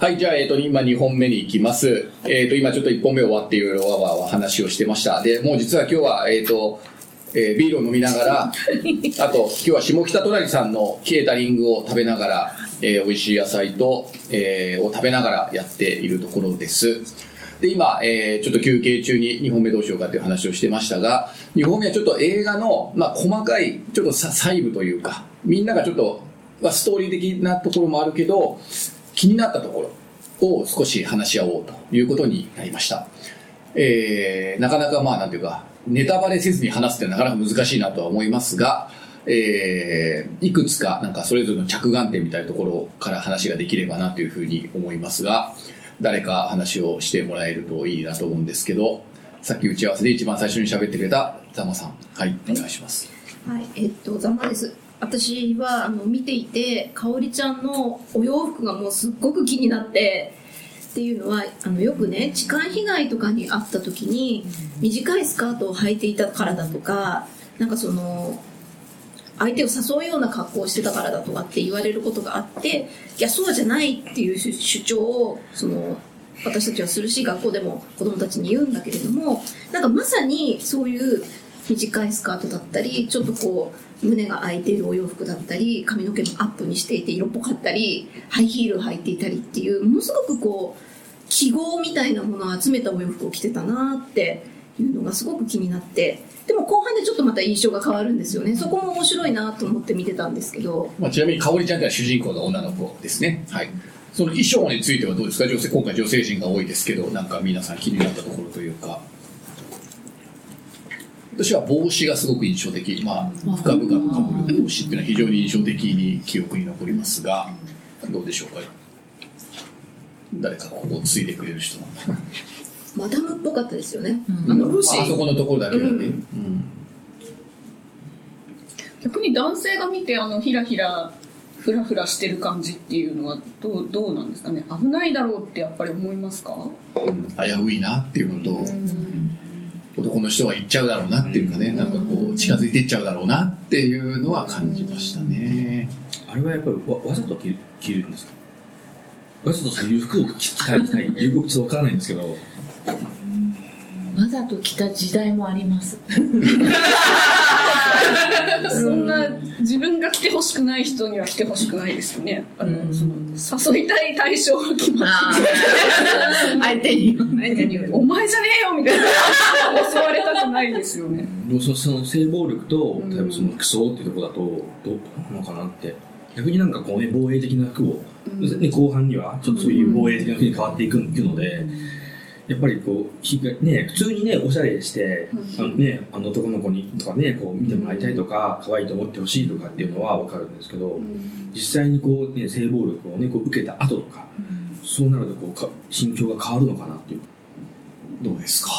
はい、じゃあ、今2本目に行きます。今ちょっと1本目終わっていろいろわわわ話をしてました。で、もう実は今日は、ビールを飲みながら、あと、今日は下北隣さんのケータリングを食べながら、美味しい野菜と、を食べながらやっているところです。で、今、ちょっと休憩中に2本目どうしようかという話をしてましたが、2本目はちょっと映画の、細かい、ちょっと細部というか、みんながちょっと、ストーリー的なところもあるけど、気になったところを少し話し合おうということになりました。なかなかなんていうか、ネタバレせずに話すってなかなか難しいなとは思いますが、いくつかなんかそれぞれの着眼点みたいなところから話ができればなというふうに思いますが、誰か話をしてもらえるといいなと思うんですけど、さっき打ち合わせで一番最初に喋ってくれたザマさん、はい、お願いします。 はい、ザマです。私は見ていて、かおりちゃんのお洋服がもうすっごく気になって、っていうのはよくね、痴漢被害とかにあった時に短いスカートを履いていたからだとか、なんかその相手を誘うような格好をしてたからだとかって言われることがあって、いやそうじゃないっていう主張を私たちはするし、学校でも子どもたちに言うんだけれども、なんかまさにそういう短いスカートだったり、ちょっとこう胸が開いているお洋服だったり、髪の毛もアップにしていて色っぽかったり、ハイヒールを履いていたりっていう、ものすごくこう記号みたいなものを集めたお洋服を着てたなっていうのがすごく気になって、でも後半でちょっとまた印象が変わるんですよね。そこも面白いなと思って見てたんですけど、 ちなみにかおりちゃんというのは主人公の女の子ですね。はい。その衣装についてはどうですか？今回女性陣が多いですけど、なんか皆さん気になったところというか。私は帽子がすごく印象的、深々かぶる帽子っていうのは非常に印象的に記憶に残りますが、どうでしょうか？誰かここを継いでくれる人。 マダムっぽかったですよね。 あそこのところだけだね。 逆に男性が見てひらひらフラフラしてる感じっていうのはどうなんですかね。危ないだろうってやっぱり思いますか？ 危ういなっていうのと、男の人は行っちゃうだろうなっていうかね、なんかこう近づいていっちゃうだろうなっていうのは感じましたね。 あれはやっぱりわざと着るんですか？わざとそういう服を着たいいうことちょっとわからないんですけど、 わざと着た時代もありますそんな自分が着てほしくない人には着てほしくないですよね。誘いたい対象が決まって相手にお前じゃねえよみたいな襲われたくないですよね。 その性暴力と例えばその服装っていうところだとどうなのかなって、逆になんかこうね、防衛的な服を、後半にはちょっとそういう防衛的な服に変わっていくので、やっぱりこう普通にねおしゃれして、男の子にとかねこう見てもらいたいとか、可愛いと思ってほしいとかっていうのは分かるんですけど、実際にこうね性暴力をねこう受けた後とか、そうなるとこう心境が変わるのかなっていう。 どうですか？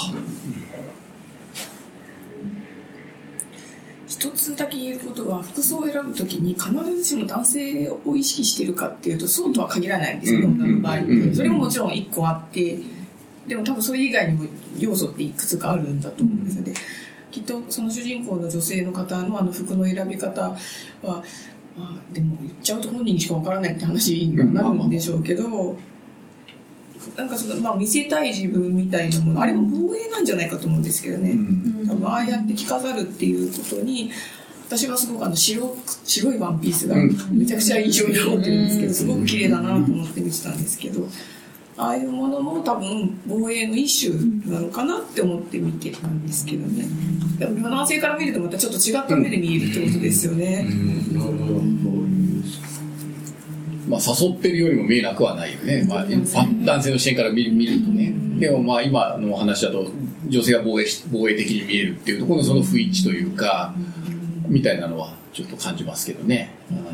一つだけ言えることは、服装を選ぶときに必ずしも男性を意識しているかっていうとそうとは限らないんですよ、女の場合。それももちろん一個あって、でも多分それ以外にも要素っていくつかあるんだと思うんですよね。きっとその主人公の女性の方の服の選び方は、でも言っちゃうと本人にしかわからないって話にはなるんでしょうけど、なんか見せたい自分みたいなもの、あれも防衛なんじゃないかと思うんですけどね。多分ああやって着飾るっていうことに、私はすごく白いワンピースがめちゃくちゃ印象に残ってるんですけど、すごく綺麗だなと思って見てたんですけど、ああいうものも多分防衛の一種なのかなって思って見てたんですけどね。でも男性から見るとまたちょっと違った目で見えるってことですよね。 なるほど。誘ってるよりも見えなくはないよね。男性の視点から見るとね。でも今の話だと女性が防衛的に見えるっていうところのその不一致というか、みたいなのはちょっと感じますけどね。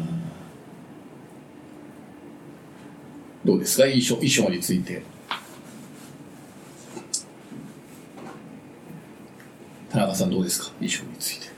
どうですか？衣装について。田中さんどうですか？衣装について。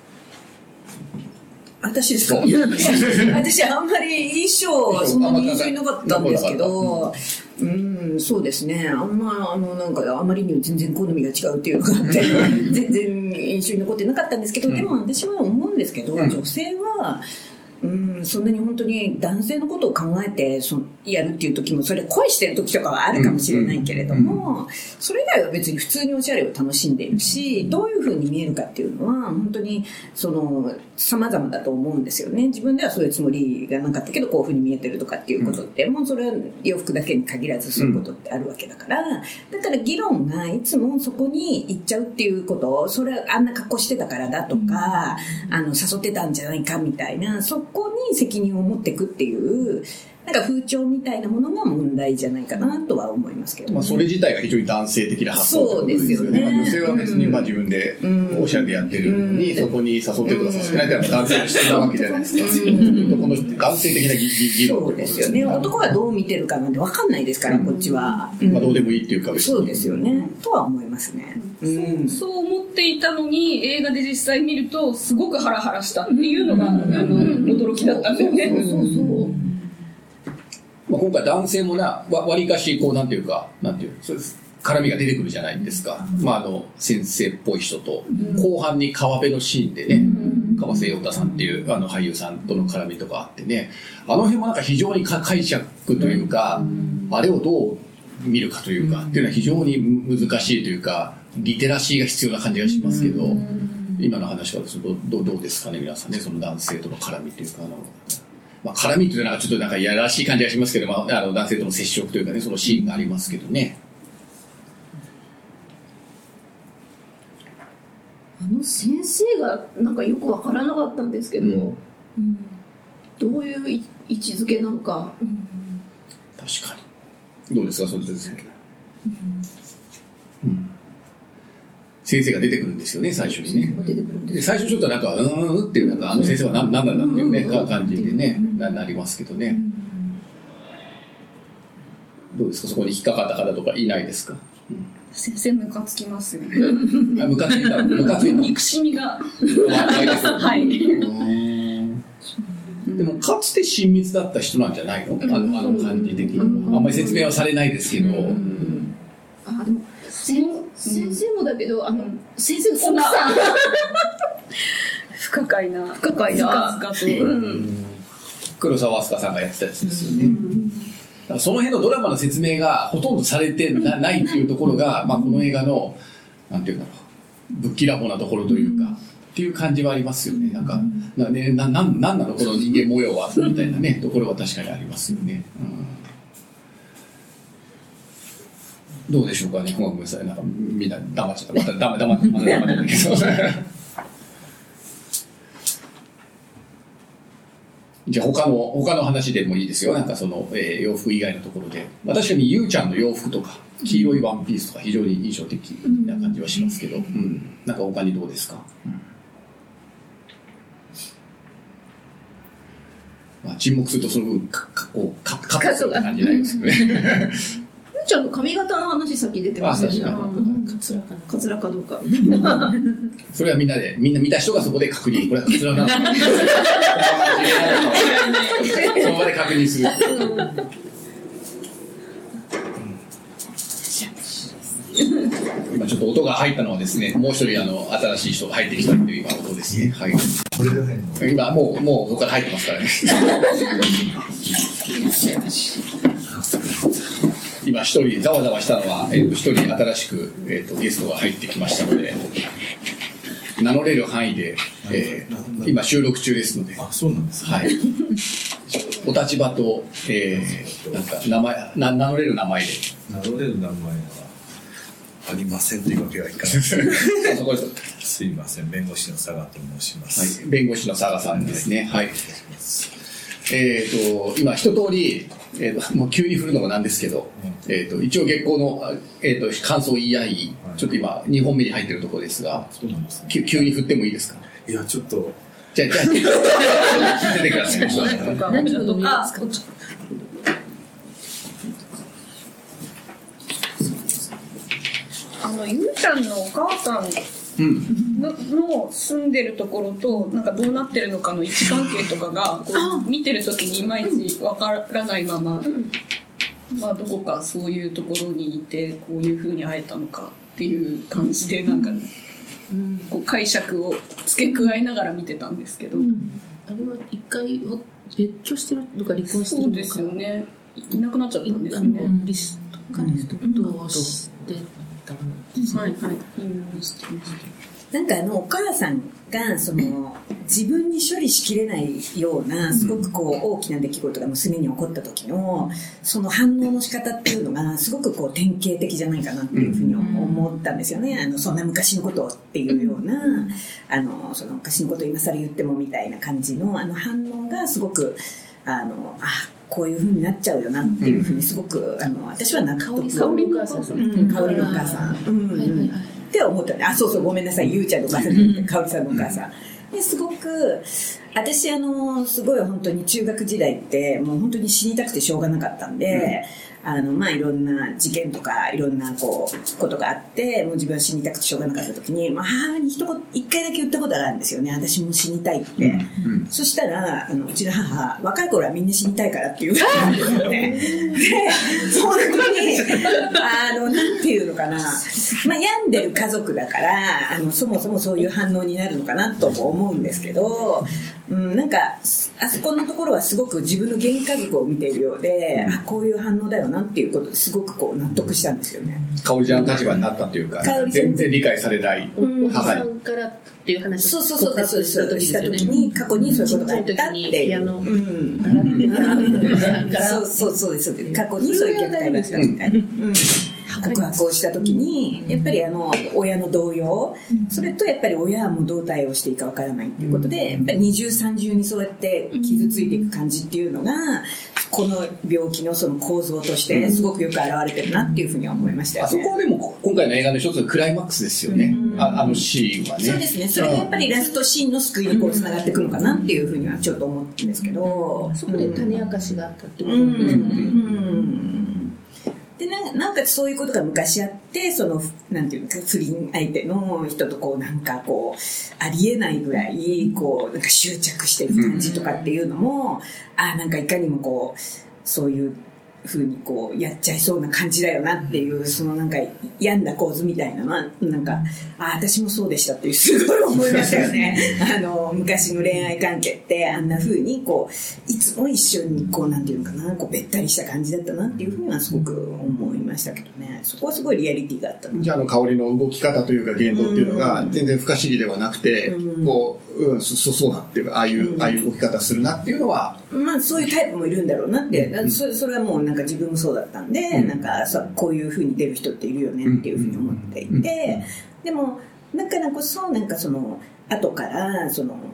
私ですか？私あんまり衣装そんなに印象になかったんですけど、そうですね。なんかあまりにも全然好みが違うっていうのがあって全然印象に残ってなかったんですけど、でも私は思うんですけど、女性はそんなに本当に男性のことを考えてやるっていう時も、それ恋してる時とかはあるかもしれないけれども、それ以外は別に普通におしゃれを楽しんでいるし、どういう風に見えるかっていうのは本当に様々だと思うんですよね。自分ではそういうつもりがなかったけどこういう風に見えてるとかっていうことって、もうそれは洋服だけに限らずそういうことってあるわけだから、だから議論がいつもそこに行っちゃうっていうこと、それあんな格好してたからだとか、誘ってたんじゃないかみたいな、そこに責任を持っていくっていうなんか風潮みたいなものが問題じゃないかなとは思いますけど、ね、 それ自体が非常に男性的な発想ってことですよね。女性は別に自分でおしゃれでやってるのに、そこに誘ってくださってないから男性がしてたわけじゃないですか。この男性的な議論、 そうですよね。男がどう見てるかなんて分かんないですから、こっちは。 どうでもいいっていうか別に。 そうですよね。とは思いますね。 そう思っていたのに映画で実際見るとすごくハラハラしたっていうのが驚きだったんだよね。 今回男性もわりかしなんていうそうです絡みが出てくるじゃないですか。先生っぽい人と、後半に川辺のシーンでね、川瀬陽太さんっていう俳優さんとの絡みとかあってね、あの辺もなんか非常に解釈というか、あれをどう見るかというかっていうのは非常に難しいというか、リテラシーが必要な感じがしますけど、今の話からするとどうですかね、皆さんね、その男性との絡みというか絡みというのはちょっとなんかいやらしい感じがしますけど、男性との接触というかね、そのシーンがありますけどね。 先生がなんかよくわからなかったんですけど、どういう位置づけなのか。 確かに。どうですか、それですね。先生が出てくるんですよね、最初にね。で最初ちょっとなんかっていうなんか先生は何なんだっていうね、感じでね、なりますけどね。どうですか、そこに引っかかった方とかいないですか。 先生ムカつきますよね。 ムカついた。 憎しみが。はい。 でもかつて親密だった人なんじゃないの？あの感じ的に。あんまり説明はされないですけど。 でも先生もだけど先生の奥さん不可解なずかずかと黒沢明日香さんがやってたやつですよね。その辺のドラマの説明がほとんどされてないっていうところが、この映画のなんていうんだろう、ぶっきらぼうなところというかっていう感じはありますよね。なんなのこの人間模様はみたいなねところは確かにありますよね。どうでしょうかね。ごめんなさい、なんかみんな黙っちゃった。また黙ってけど。じゃあ他の話でもいいですよ。なんか洋服以外のところで、確かにゆうちゃんの洋服とか黄色いワンピースとか非常に印象的な感じはしますけど、なんか他にどうですか。沈黙するとその分カットする感じになりますよね。 ゆうちゃんの髪型の話さっき出てましたし、カツラかどうか。 それはみんな見た人がそこで確認。これはカツラなのか。その場で確認する。今ちょっと音が入ったのはですね、もう一人新しい人が入ってきたっていう今音ですね。はい。 これで入るの？ 今もうそこから入ってますからね。今一人ざわざわしたのは一人新しくゲストが入ってきましたので、名乗れる範囲で今収録中ですので。 あ、そうなんですね。 はい。お立場となんか名乗れる名前で。 名乗れる名前はありませんというわけはいかない。すいません、弁護士の佐賀と申します。 はい、弁護士の佐賀さんですね。はい。今一通り、もう急に振るのもなんですけど、一応月光の、感想を言い合い、ちょっと今2本目に入ってるところですが、 そうなんですね。 急に振ってもいいですか。 いや、ちょっと。 じゃあ聞いててください。 何を飲みますか。 ゆうちゃんのお母さんの住んでるところとなんかどうなってるのかの位置関係とかがこう見てる時にいまいちわからないまま、どこかそういうところにいてこういう風に会えたのかっていう感じでなんか、こう解釈を付け加えながら見てたんですけど、 あれは一回別居してるとか離婚してるそうのかですよね。いなくなっちゃったんですよね。 リストどうしてたんですはいか？ はい。 なんかお母さんが自分に処理しきれないようなすごく大きな出来事が娘に起こった時のその反応の仕方っていうのがすごく典型的じゃないかなっていうふうに思ったんですよね。そんな昔のことっていうようなその昔のことを今更言ってもみたいな感じの反応がすごくこういう風になっちゃうよなっていう風にすごく私は納得。 香りのお母さん、 香りのお母さん、って思ったね。そうそう、ごめんなさい、ゆうちゃんのお母さんじゃなくて香りさんのお母さん。ですごく私すごい本当に中学時代ってもう本当に死にたくてしょうがなかったんで、いろんな事件とかいろんなことがあってもう自分は死にたくてしょうがなかった時に、母に一回だけ言ったことがあるんですよね。私も死にたいって、そしたらうちの母、若い頃はみんな死にたいからって言うんですよね。で本当になんていうのかな、病んでる家族だからそもそもそういう反応になるのかなとも思うんですけど、なんかあそこのところはすごく自分の原家族を見ているようで、こういう反応だよなっていうことですごく納得したんですよね。 香織ちゃんの立場になったというか、全然理解されない母さんからっていう話をした時に過去にそういうことがあったっていう、そうです。過去にそういう虐待があったみたいな。告白をした時にやっぱり親の動揺、それとやっぱり親はもうどう対応していいかわからないっていうことで、やっぱり二重三重にそうやって傷ついていく感じっていうのがこの病気のその構造としてすごくよく現れてるなっていうふうには思いましたよね。 そこはでも今回の映画の一つのクライマックスですよね。シーンはね。そうですね。 それがやっぱりラストシーンの救いにつながっていくのかなっていうふうにはちょっと思うんですけど、 そこで種明かしがあったってことなんですよね。 でなんかそういうことが昔あって、なんていうのか、不倫相手の人とありえないぐらいなんか執着してる感じとかっていうのも、なんかいかにもそういう風にやっちゃいそうな感じだよなっていう、なんか病んだ構図みたいなのはなんか私もそうでしたっていうすごい思いましたよね。昔の恋愛関係ってあんな風にいつも一緒になんていうのかな、べったりした感じだったなっていう風にはすごく思いましたけどね。そこはすごいリアリティがあったの。 じゃあ香りの動き方というか言動っていうのが全然不可思議ではなくて、そうだっていうかああいう動き方するなっていうのは、 そういうタイプもいるんだろうなって、それはもうなんか自分もそうだったんで、なんかこういう風に出る人っているよねっていう風に思っていて、でもだからこそなんか後から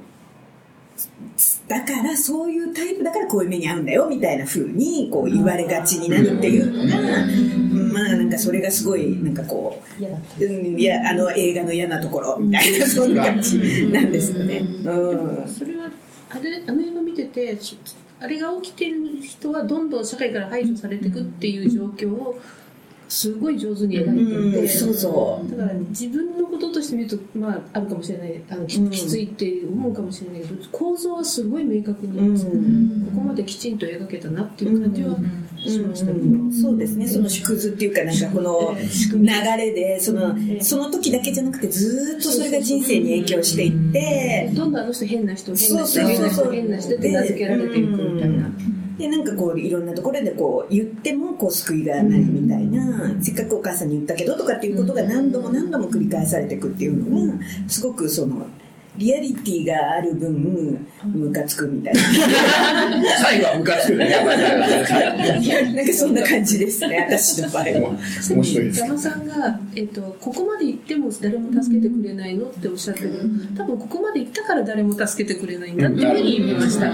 だからそういうタイプだからこういう目に遭うんだよみたいな風に言われがちになるっていうのが、なんかそれがすごいなんか映画の嫌なところみたいな、そんな感じなんですよね。 それはあの映画見てて、あれが起きてる人はどんどん社会から排除されていくっていう状況をすごい上手に描いていて、だから自分のこととして見ると、あるかもしれない、きついって思うかもしれないけど、構造はすごい明確に、ここまできちんと描けたなっていう感じはしましたけど、 そうですね。その縮図っていうか、なんかこの流れでその時だけじゃなくてずっとそれが人生に影響していって、 どんどん変な人変な人って名付けられていくみたいな。 でなんかいろんなところで言っても救いがないみたいな、せっかくお母さんに言ったけどとかっていうことが何度も何度も繰り返されていくっていうのがすごくリアリティがある分ムカつくみたいな最後はムカつくねなんかそんな感じですね、私の場合は。 面白いです。 山さんが、ここまで行っても誰も助けてくれないのっておっしゃってる、多分ここまで行ったから誰も助けてくれないんだっていうふうに見ました。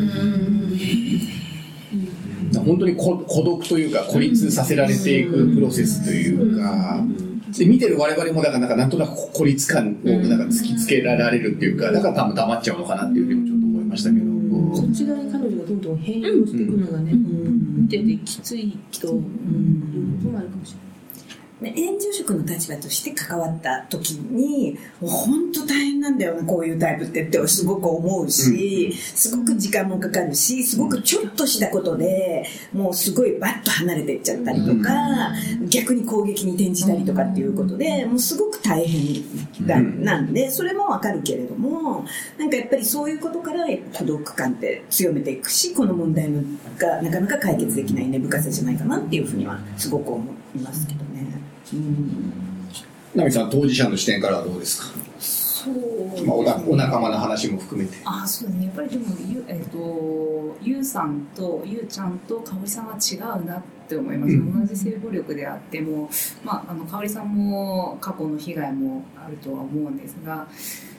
本当に孤独というか孤立させられていくプロセスというか、で見てる我々もだからなんとなく孤立感をなんか突きつけられるっていうか、だから多分黙っちゃうのかなっていうふうにもちょっと思いましたけど、 そっち側に彼女がどんどん変容していくのがね、見ててきついということもあるかもしれない。 援助職の立場として関わった時にもう本当大変なんだよなこういうタイプってすごく思うし、すごく時間もかかるし、すごくちょっとしたことでもうすごいバッと離れていっちゃったりとか、逆に攻撃に転じたりとかっていうことでもうすごく大変なんで、それもわかるけれども、なんかやっぱりそういうことから孤独感って強めていくし、この問題がなかなか解決できない根深さじゃないかなっていうふうにはすごく思いますけどね。 ナミさん、当事者の視点からはどうですか？ そう、 お仲間の話も含めて。 そうですね。やっぱりでもゆうさんとゆうちゃんとかおりさんは違うなって思います。同じ性暴力であっても、かおりさんも過去の被害もあるとは思うんですが、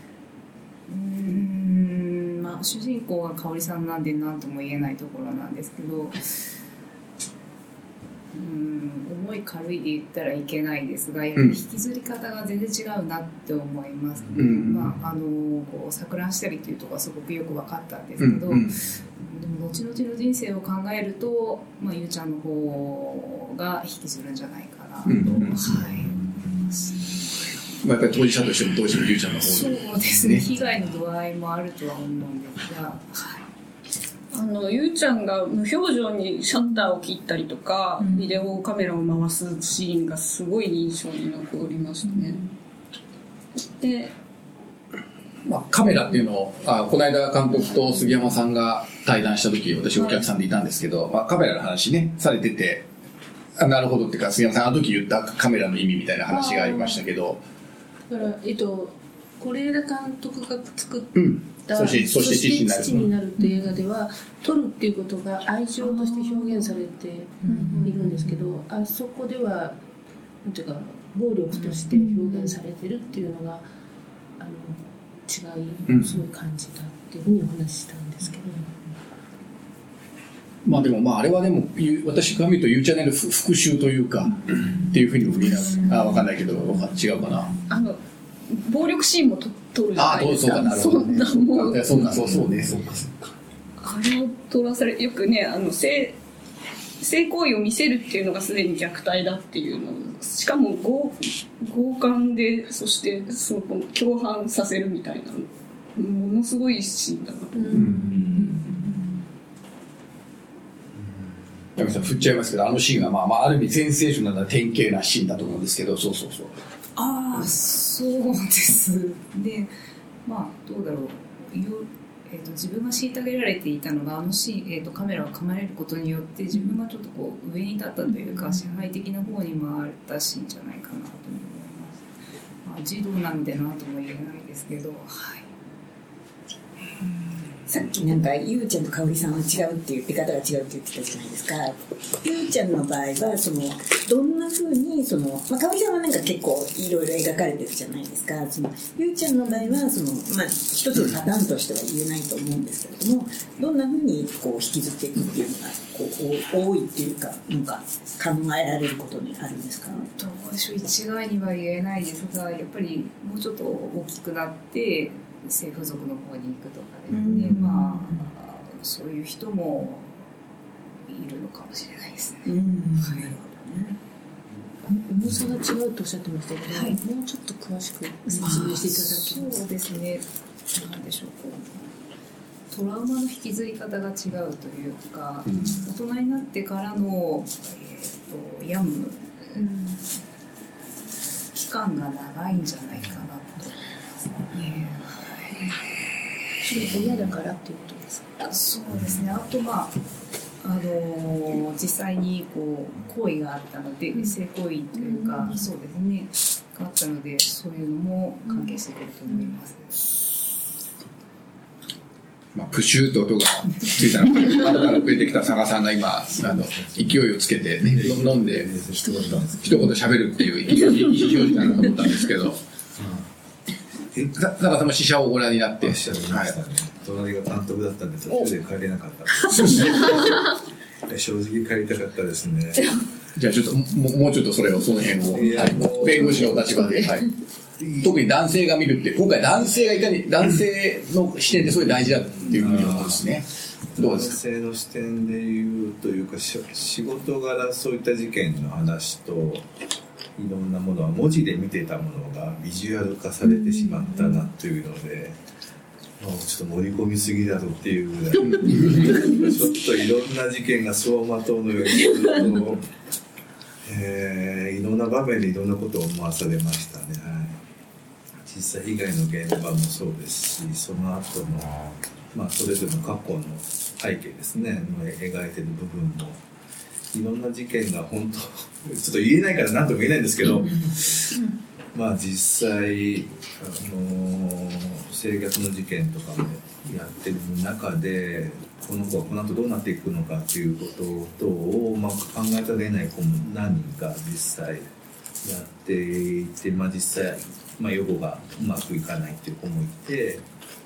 主人公がかおりさんなんで何とも言えないところなんですけど、重い軽いで言ったらいけないですが、やはり引きずり方が全然違うなって思います、こう錯乱したりというところはすごくよく分かったんですけど、でも後々の人生を考えると、ゆうちゃんの方が引きずるんじゃないかなと、思います。 やっぱり当事者としてもどうしてもゆうちゃんの方が、 そうですね、被害の度合いもあるとは思うんですが、 ゆうちゃんが無表情にシャッターを切ったりとか、ビデオカメラを回すシーンがすごい印象に残りましたね。で、 カメラっていうのをこの間監督と杉山さんが対談した時、私お客さんでいたんですけど、カメラの話ねされてて、なるほどっていうか、杉山さんあの時言ったカメラの意味みたいな話がありましたけど、 だから是枝監督が作った、 そして父になるっていう映画では、撮るっていうことが愛情として表現されているんですけど、あそこではなんていうか暴力として表現されてるっていうのが違い、すごい感じたっていうふうにお話ししたんですけど、 でもあれはでも私から見ると U チャンネル復習というかっていうふうにも見えない。分かんないけど違うかな。 暴力シーンも撮るじゃないですか。 そうね。そうね。 あれを撮らされ、よくね、性行為を見せるっていうのがすでに虐待だっていうの、しかも強姦で、そして共犯させるみたいな、ものすごいシーンだなと思う。 山さん振っちゃいますけど、あのシーンがある意味センセーショナルな典型なシーンだと思うんですけど、そう。 そうですで、どうだろう、自分が虐げられていたのがカメラを構えることによって自分がちょっと上に立ったというか、支配的な方に回ったシーンじゃないかなと思います。児童なのでなとも言えないですけど、 さっきなんかゆうちゃんとかおりさんは違うっていう出方が違うって言ってたじゃないですか。ゆうちゃんの場合はどんな風にかおりさんはなんか結構いろいろ描かれてるじゃないですか。ゆうちゃんの場合は一つのパターンとしては言えないと思うんですけれども、どんな風に引きずっていくっていうのが多いっていうか、なんか考えられることにあるんですか？ どうでしょう、一概には言えないですが、やっぱりもうちょっと大きくなって性風俗の方に行くとかですね、そういう人もいるのかもしれないですね。 重さが違うとおっしゃってましたけど、もうちょっと詳しく説明していただきます。 そうですね、なんでしょう、トラウマの引きずり方が違うというか、大人になってからの、病む、期間が長いんじゃないかなと思いますね。 それ親だからっていうことですか？ そうですね。あと実際に行為があったので、性行為というか、そうですねがあったので、そういうのも関係してくると思います。 プシューと音がついたので、後から増えてきた佐賀さんが今勢いをつけて、ね、飲んで一言喋るっていう意思表示だなと思ったんですけど、佐賀さんも試写をご覧になって、 隣が監督だったんで途中で帰れなかった正直帰りたかったですね。 じゃあちょっともうちょっとその辺を、弁護士の立場で、特に男性が見るって、今回男性がいかに男性の視点ってすごい大事だっていうふうに思うんですね。どうですか？ 男性の視点で言うというか、仕事柄そういった事件の話といろんなものは文字で見てたものがビジュアル化されてしまったなというので、もうちょっと盛り込みすぎだろっていうぐらいちょっといろんな事件が走馬灯のようにずっと、いろんな場面でいろんなことを思わされましたね、はい、実際被害の現場もそうですし、その後の、それぞれの過去の背景ですねの描いてる部分もいろんな事件が本当ちょっと言えないから何とも言えないんですけど実際性虐の事件とかもやってる中でこの子はこの後どうなっていくのかっていうことを考えざるを得ない子も何人か実際やっていて、実際、予後がうまくいかないっていう子もいて、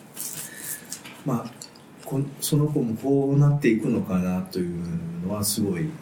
その子もこうなっていくのかなというのはすごいイ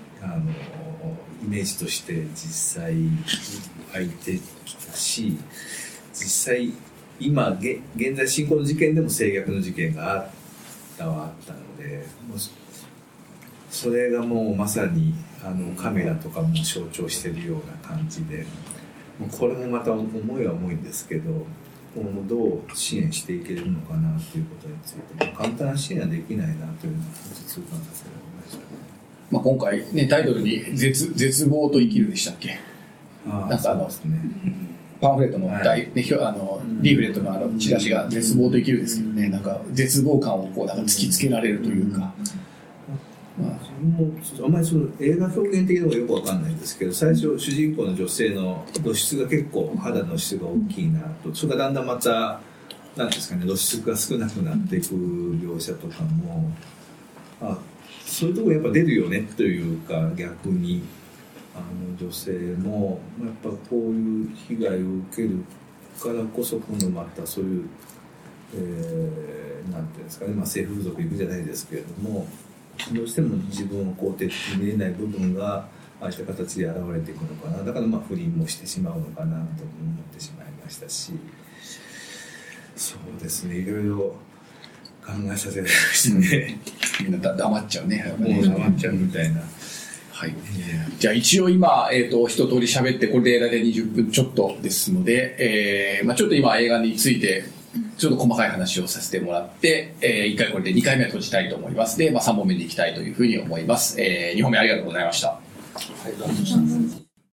メージとして実際湧いてきたし、実際今現在進行の事件でも性虐の事件があったので、それがもうまさにカメラとかも象徴しているような感じで、これもまた思いは重いんですけど、どう支援していけるのかなということについて簡単な支援はできないなというのを痛感させられましたね。 今回ねタイトルに絶望と生きるでしたっけ？なんかそうですね。 パンフレットのリーフレットのチラシが絶望と生きるですけどね、なんか絶望感をなんか突きつけられるというか、 あんまりその映画表現的なのがよくわかんないんですけど、最初主人公の女性の露出が結構肌の質が大きいなと、それがだんだんまたなんですかね、露出が少なくなっていく描写とかもそういうところやっぱ出るよねというか、逆に女性もやっぱこういう被害を受けるからこそ今度またそういう、なんていうんですかね、性風俗行くじゃないですけれども、どうしても自分を肯定的に見えない部分がああいった形で現れていくのかな、だから不倫もしてしまうのかなと思ってしまいましたし、そうですね、いろいろ考えさせられましたね。 みんな黙っちゃうね。 もう黙っちゃうみたいな。 はい、じゃあ一応今、一通り喋ってこれで大体20分ちょっとですので、ちょっと今映画についてちょっと細かい話をさせてもらって、1回これで2回目は閉じたいと思います。で、3本目に行きたいというふうに思います。2本目ありがとうございました。 はい、どうも。